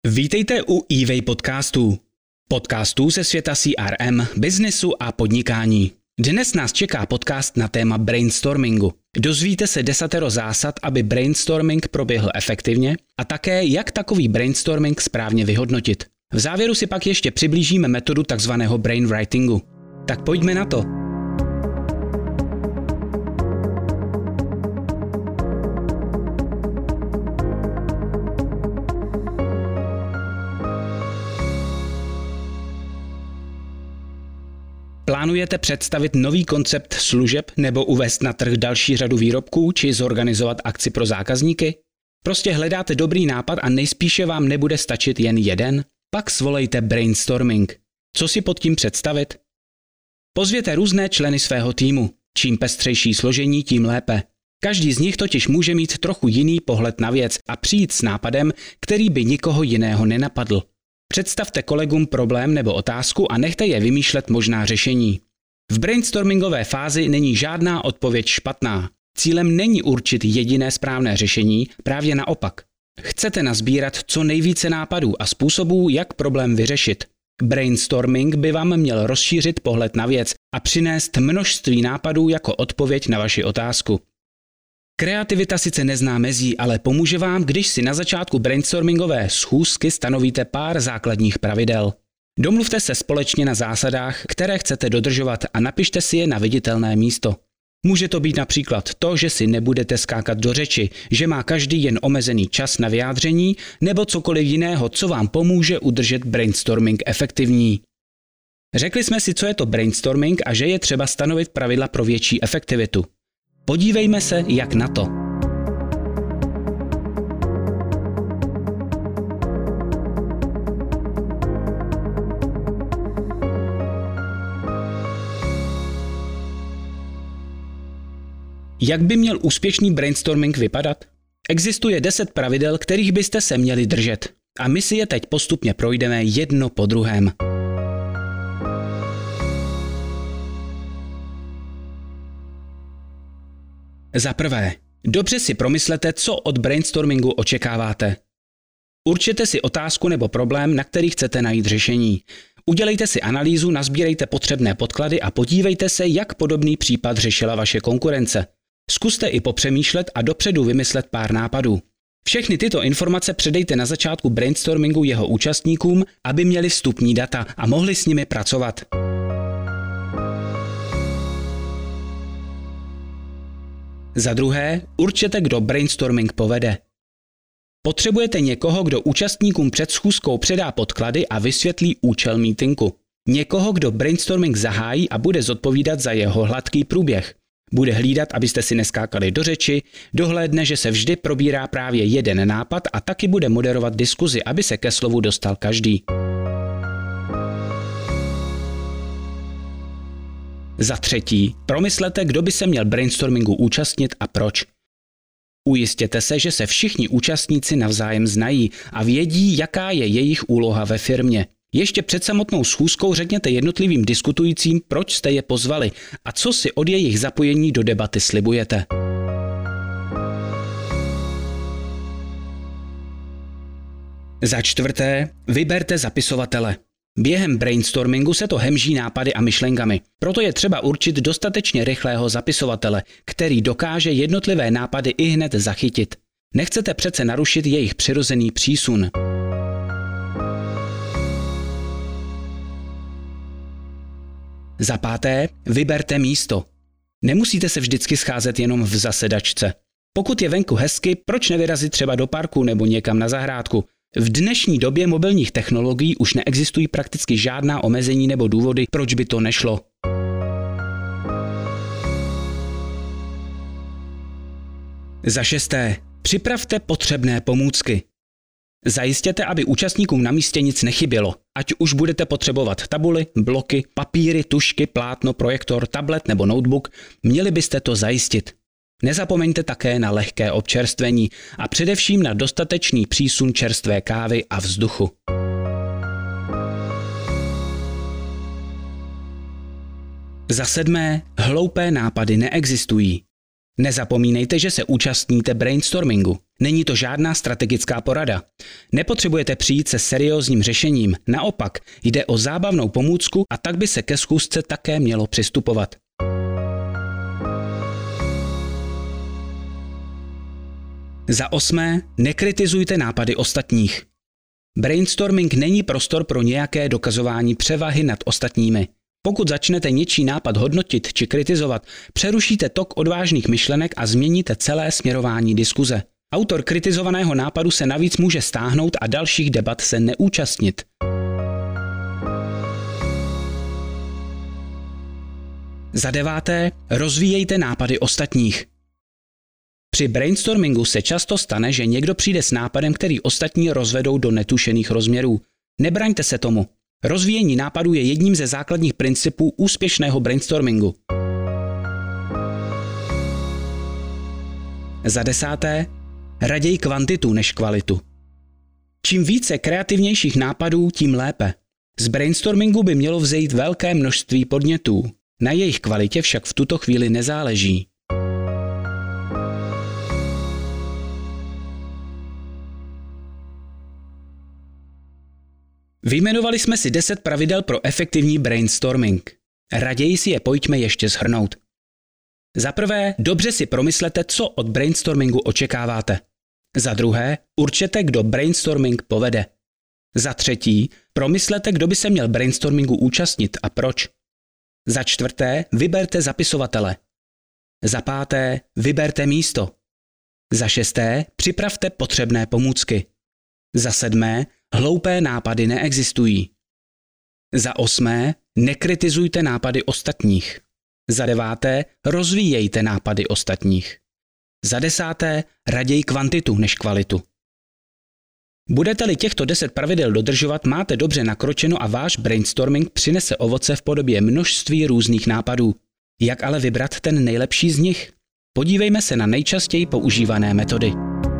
Vítejte u eWay podcastů ze světa CRM, biznesu a podnikání. Dnes nás čeká podcast na téma brainstormingu. Dozvíte se 10 zásad, aby brainstorming proběhl efektivně a také, jak takový brainstorming správně vyhodnotit. V závěru si pak ještě přiblížíme metodu takzvaného brainwritingu. Tak pojďme na to. Plánujete představit nový koncept služeb nebo uvést na trh další řadu výrobků či zorganizovat akci pro zákazníky? Prostě hledáte dobrý nápad a nejspíše vám nebude stačit jen jeden? Pak svolejte brainstorming. Co si pod tím představit? Pozvěte různé členy svého týmu. Čím pestřejší složení, tím lépe. Každý z nich totiž může mít trochu jiný pohled na věc a přijít s nápadem, který by nikoho jiného nenapadl. Představte kolegům problém nebo otázku a nechte je vymýšlet možná řešení. V brainstormingové fázi není žádná odpověď špatná. Cílem není určit jediné správné řešení, právě naopak. Chcete nazbírat co nejvíce nápadů a způsobů, jak problém vyřešit. Brainstorming by vám měl rozšířit pohled na věc a přinést množství nápadů jako odpověď na vaši otázku. Kreativita sice nezná mezí, ale pomůže vám, když si na začátku brainstormingové schůzky stanovíte pár základních pravidel. Domluvte se společně na zásadách, které chcete dodržovat a napište si je na viditelné místo. Může to být například to, že si nebudete skákat do řeči, že má každý jen omezený čas na vyjádření, nebo cokoliv jiného, co vám pomůže udržet brainstorming efektivní. Řekli jsme si, co je to brainstorming a že je třeba stanovit pravidla pro větší efektivitu. Podívejme se, jak na to. Jak by měl úspěšný brainstorming vypadat? Existuje 10 pravidel, kterých byste se měli držet. A my si je teď postupně projdeme jedno po druhém. Za prvé, dobře si promyslete, co od brainstormingu očekáváte. Určete si otázku nebo problém, na který chcete najít řešení. Udělejte si analýzu, nasbírejte potřebné podklady a podívejte se, jak podobný případ řešila vaše konkurence. Zkuste i popřemýšlet a dopředu vymyslet pár nápadů. Všechny tyto informace předejte na začátku brainstormingu jeho účastníkům, aby měli vstupní data a mohli s nimi pracovat. Za druhé, určete, kdo brainstorming povede. Potřebujete někoho, kdo účastníkům před schůzkou předá podklady a vysvětlí účel mítinku. Někoho, kdo brainstorming zahájí a bude zodpovídat za jeho hladký průběh. Bude hlídat, abyste si neskákali do řeči, dohlédne, že se vždy probírá právě jeden nápad a taky bude moderovat diskuzi, aby se ke slovu dostal každý. Za třetí, promyslete, kdo by se měl brainstormingu účastnit a proč. Ujistěte se, že se všichni účastníci navzájem znají a vědí, jaká je jejich úloha ve firmě. Ještě před samotnou schůzkou řekněte jednotlivým diskutujícím, proč jste je pozvali a co si od jejich zapojení do debaty slibujete. Za čtvrté, vyberte zapisovatele. Během brainstormingu se to hemží nápady a myšlenkami, proto je třeba určit dostatečně rychlého zapisovatele, který dokáže jednotlivé nápady ihned zachytit. Nechcete přece narušit jejich přirozený přísun. Za páté, vyberte místo. Nemusíte se vždycky scházet jenom v zasedačce. Pokud je venku hezky, proč nevyrazit třeba do parku nebo někam na zahrádku? V dnešní době mobilních technologií už neexistují prakticky žádná omezení nebo důvody, proč by to nešlo. Za šesté, připravte potřebné pomůcky. Zajistěte, aby účastníkům na místě nic nechybělo, ať už budete potřebovat tabuly, bloky, papíry, tužky, plátno, projektor, tablet nebo notebook, měli byste to zajistit. Nezapomeňte také na lehké občerstvení a především na dostatečný přísun čerstvé kávy a vzduchu. Za sedmé, hloupé nápady neexistují. Nezapomínejte, že se účastníte brainstormingu. Není to žádná strategická porada. Nepotřebujete přijít se seriózním řešením, naopak jde o zábavnou pomůcku a tak by se ke schůzce také mělo přistupovat. Za 8. Nekritizujte nápady ostatních. Brainstorming není prostor pro nějaké dokazování převahy nad ostatními. Pokud začnete něčí nápad hodnotit či kritizovat, přerušíte tok odvážných myšlenek a změníte celé směrování diskuze. Autor kritizovaného nápadu se navíc může stáhnout a dalších debat se neúčastnit. Za 9. Rozvíjejte nápady ostatních. Při brainstormingu se často stane, že někdo přijde s nápadem, který ostatní rozvedou do netušených rozměrů. Nebraňte se tomu. Rozvíjení nápadů je jedním ze základních principů úspěšného brainstormingu. Za 10. Raději kvantitu než kvalitu. Čím více kreativnějších nápadů, tím lépe. Z brainstormingu by mělo vzejít velké množství podnětů. Na jejich kvalitě však v tuto chvíli nezáleží. Vyjmenovali jsme si 10 pravidel pro efektivní brainstorming. Raději si je pojďme ještě shrnout. Za prvé, dobře si promyslete, co od brainstormingu očekáváte. Za druhé, určete, kdo brainstorming povede. Za třetí, promyslete, kdo by se měl brainstormingu účastnit a proč. Za čtvrté, vyberte zapisovatele. Za páté, vyberte místo. Za šesté, připravte potřebné pomůcky. Za sedmé, hloupé nápady neexistují. Za 8. Nekritizujte nápady ostatních. Za 9. Rozvíjejte nápady ostatních. Za 10. Raději kvantitu než kvalitu. Budete-li těchto 10 pravidel dodržovat, máte dobře nakročeno a váš brainstorming přinese ovoce v podobě množství různých nápadů. Jak ale vybrat ten nejlepší z nich? Podívejme se na nejčastěji používané metody.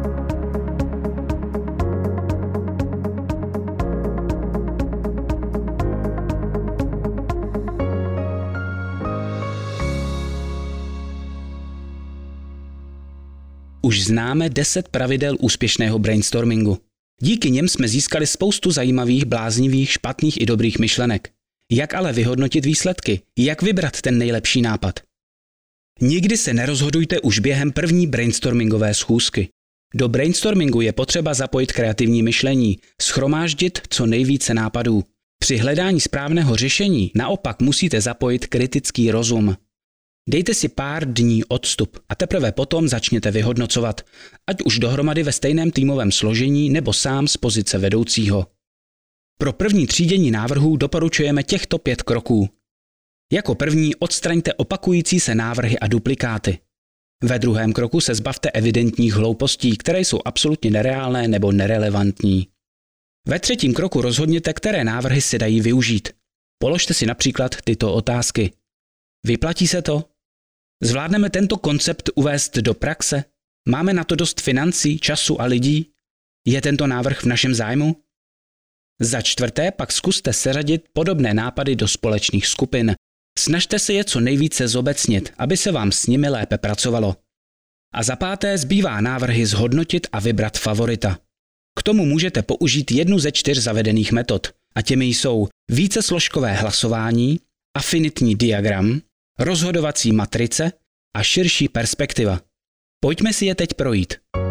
Už známe 10 pravidel úspěšného brainstormingu. Díky něm jsme získali spoustu zajímavých, bláznivých, špatných i dobrých myšlenek. Jak ale vyhodnotit výsledky? Jak vybrat ten nejlepší nápad? Nikdy se nerozhodujte už během první brainstormingové schůzky. Do brainstormingu je potřeba zapojit kreativní myšlení, shromáždit co nejvíce nápadů. Při hledání správného řešení naopak musíte zapojit kritický rozum. Dejte si pár dní odstup a teprve potom začněte vyhodnocovat, ať už dohromady ve stejném týmovém složení nebo sám z pozice vedoucího. Pro první třídění návrhů doporučujeme těchto 5 kroků. Jako první odstraňte opakující se návrhy a duplikáty. Ve druhém kroku se zbavte evidentních hloupostí, které jsou absolutně nereálné nebo nerelevantní. Ve třetím kroku rozhodněte, které návrhy se dají využít. Položte si například tyto otázky. Vyplatí se to? Zvládneme tento koncept uvést do praxe? Máme na to dost financí, času a lidí? Je tento návrh v našem zájmu? Za čtvrté pak zkuste seřadit podobné nápady do společných skupin. Snažte se je co nejvíce zobecnit, aby se vám s nimi lépe pracovalo. A za páté zbývá návrhy zhodnotit a vybrat favorita. K tomu můžete použít jednu ze 4 zavedených metod, a těmi jsou vícesložkové hlasování, afinitní diagram, rozhodovací matrice a širší perspektiva. Pojďme si je teď projít.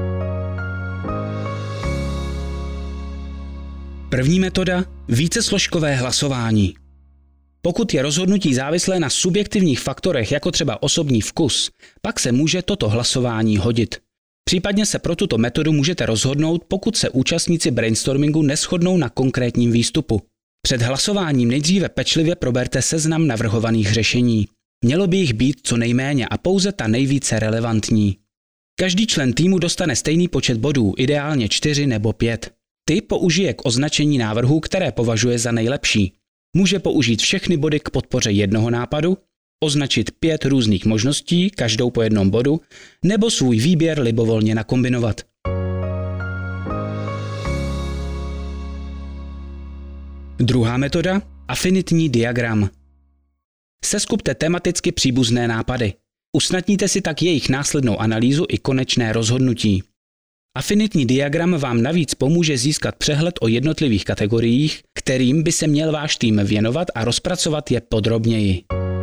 První metoda – vícesložkové hlasování. Pokud je rozhodnutí závislé na subjektivních faktorech, jako třeba osobní vkus, pak se může toto hlasování hodit. Případně se pro tuto metodu můžete rozhodnout, pokud se účastníci brainstormingu neshodnou na konkrétním výstupu. Před hlasováním nejdříve pečlivě proberte seznam navrhovaných řešení. Mělo by jich být co nejméně a pouze ta nejvíce relevantní. Každý člen týmu dostane stejný počet bodů, ideálně 4 nebo 5. Ty použije k označení návrhů, které považuje za nejlepší. Může použít všechny body k podpoře jednoho nápadu, označit 5 různých možností, každou po jednom bodu, nebo svůj výběr libovolně nakombinovat. Druhá metoda – afinitní diagram. Seskupte tematicky příbuzné nápady. Usnadníte si tak jejich následnou analýzu i konečné rozhodnutí. Afinitní diagram vám navíc pomůže získat přehled o jednotlivých kategoriích, kterým by se měl váš tým věnovat a rozpracovat je podrobněji.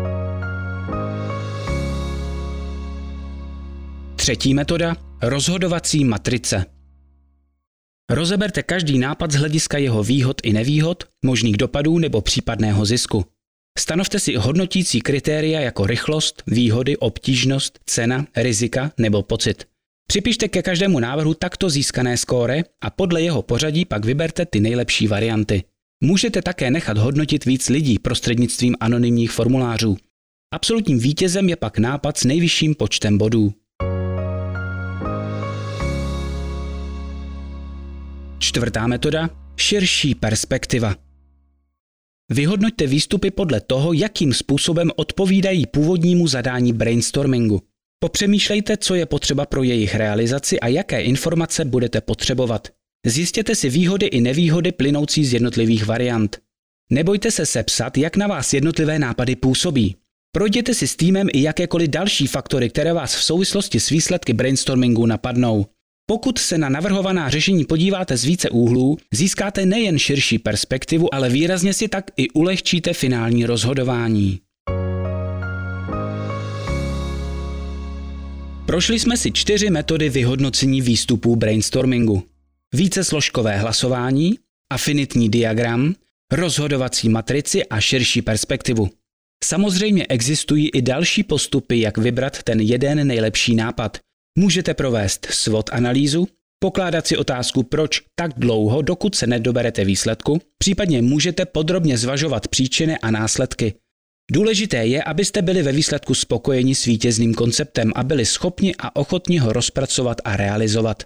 Třetí metoda – rozhodovací matrice. Rozeberte každý nápad z hlediska jeho výhod i nevýhod, možných dopadů nebo případného zisku. Stanovte si hodnotící kritéria jako rychlost, výhody, obtížnost, cena, rizika nebo pocit. Připište ke každému návrhu takto získané skóre a podle jeho pořadí pak vyberte ty nejlepší varianty. Můžete také nechat hodnotit víc lidí prostřednictvím anonymních formulářů. Absolutním vítězem je pak nápad s nejvyšším počtem bodů. Čtvrtá metoda – širší perspektiva. Vyhodnoťte výstupy podle toho, jakým způsobem odpovídají původnímu zadání brainstormingu. Popřemýšlejte, co je potřeba pro jejich realizaci a jaké informace budete potřebovat. Zjistěte si výhody i nevýhody plynoucí z jednotlivých variant. Nebojte se sepsat, jak na vás jednotlivé nápady působí. Projděte si s týmem i jakékoliv další faktory, které vás v souvislosti s výsledky brainstormingu napadnou. Pokud se na navrhovaná řešení podíváte z více úhlů, získáte nejen širší perspektivu, ale výrazně si tak i ulehčíte finální rozhodování. Prošli jsme si 4 metody vyhodnocení výstupů brainstormingu. Vícesložkové hlasování, afinitní diagram, rozhodovací matrici a širší perspektivu. Samozřejmě existují i další postupy, jak vybrat ten jeden nejlepší nápad. Můžete provést SWOT analýzu, pokládat si otázku proč tak dlouho, dokud se nedoberete výsledku, případně můžete podrobně zvažovat příčiny a následky. Důležité je, abyste byli ve výsledku spokojeni s vítězným konceptem a byli schopni a ochotni ho rozpracovat a realizovat.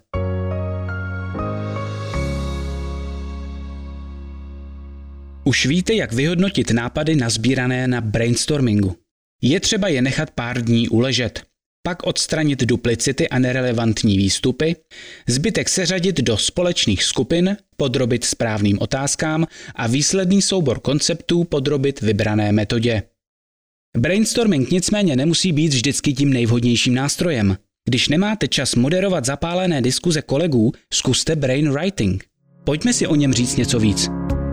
Už víte, jak vyhodnotit nápady nasbírané na brainstormingu. Je třeba je nechat pár dní uležet. Pak odstranit duplicity a nerelevantní výstupy, zbytek seřadit do společných skupin, podrobit správným otázkám a výsledný soubor konceptů podrobit vybrané metodě. Brainstorming nicméně nemusí být vždycky tím nejvhodnějším nástrojem. Když nemáte čas moderovat zapálené diskuze kolegů, zkuste brainwriting. Pojďme si o něm říct něco víc.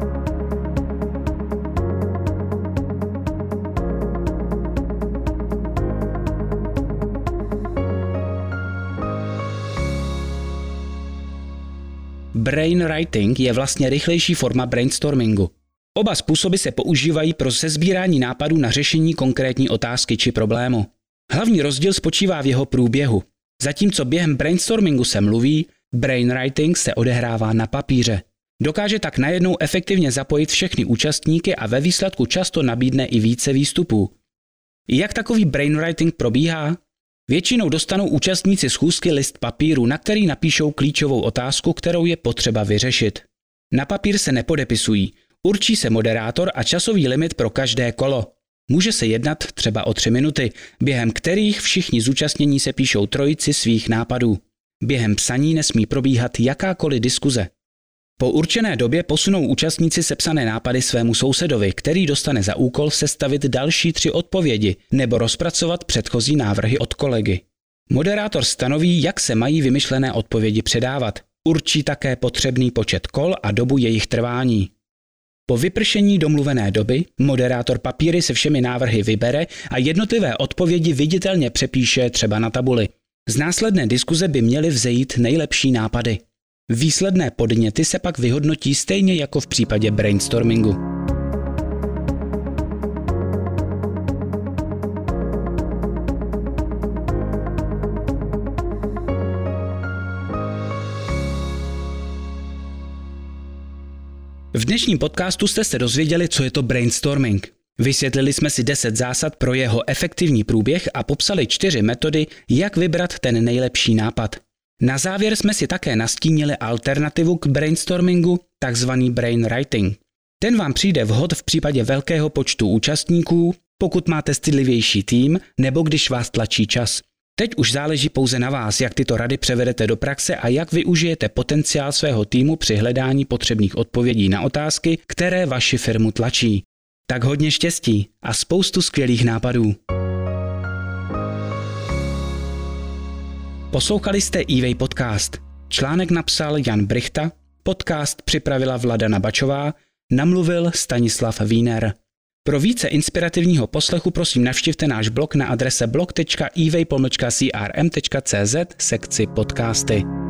Brainwriting je vlastně rychlejší forma brainstormingu. Oba způsoby se používají pro sesbírání nápadů na řešení konkrétní otázky či problému. Hlavní rozdíl spočívá v jeho průběhu. Zatímco během brainstormingu se mluví, brainwriting se odehrává na papíře. Dokáže tak najednou efektivně zapojit všechny účastníky a ve výsledku často nabídne i více výstupů. Jak takový brainwriting probíhá? Většinou dostanou účastníci schůzky list papíru, na který napíšou klíčovou otázku, kterou je potřeba vyřešit. Na papír se nepodepisují, určí se moderátor a časový limit pro každé kolo. Může se jednat třeba o 3 minuty, během kterých všichni zúčastnění se píšou trojici svých nápadů. Během psaní nesmí probíhat jakákoliv diskuze. Po určené době posunou účastníci sepsané nápady svému sousedovi, který dostane za úkol sestavit další 3 odpovědi nebo rozpracovat předchozí návrhy od kolegy. Moderátor stanoví, jak se mají vymyšlené odpovědi předávat. Určí také potřebný počet kol a dobu jejich trvání. Po vypršení domluvené doby moderátor papíry se všemi návrhy vybere a jednotlivé odpovědi viditelně přepíše třeba na tabuli. Z následné diskuze by měly vzejít nejlepší nápady. Výsledné podněty se pak vyhodnotí stejně jako v případě brainstormingu. V dnešním podcastu jste se dozvěděli, co je to brainstorming. Vysvětlili jsme si 10 zásad pro jeho efektivní průběh a popsali 4 metody, jak vybrat ten nejlepší nápad. Na závěr jsme si také nastínili alternativu k brainstormingu, takzvaný brainwriting. Ten vám přijde vhod v případě velkého počtu účastníků, pokud máte stydlivější tým nebo když vás tlačí čas. Teď už záleží pouze na vás, jak tyto rady převedete do praxe a jak využijete potenciál svého týmu při hledání potřebných odpovědí na otázky, které vaši firmu tlačí. Tak hodně štěstí a spoustu skvělých nápadů. Poslouchali jste eWay podcast. Článek napsal Jan Brichta, podcast připravila Vlada Nabačová, namluvil Stanislav Wiener. Pro více inspirativního poslechu prosím navštivte náš blog na adrese blog.eway-crm.cz sekci podcasty.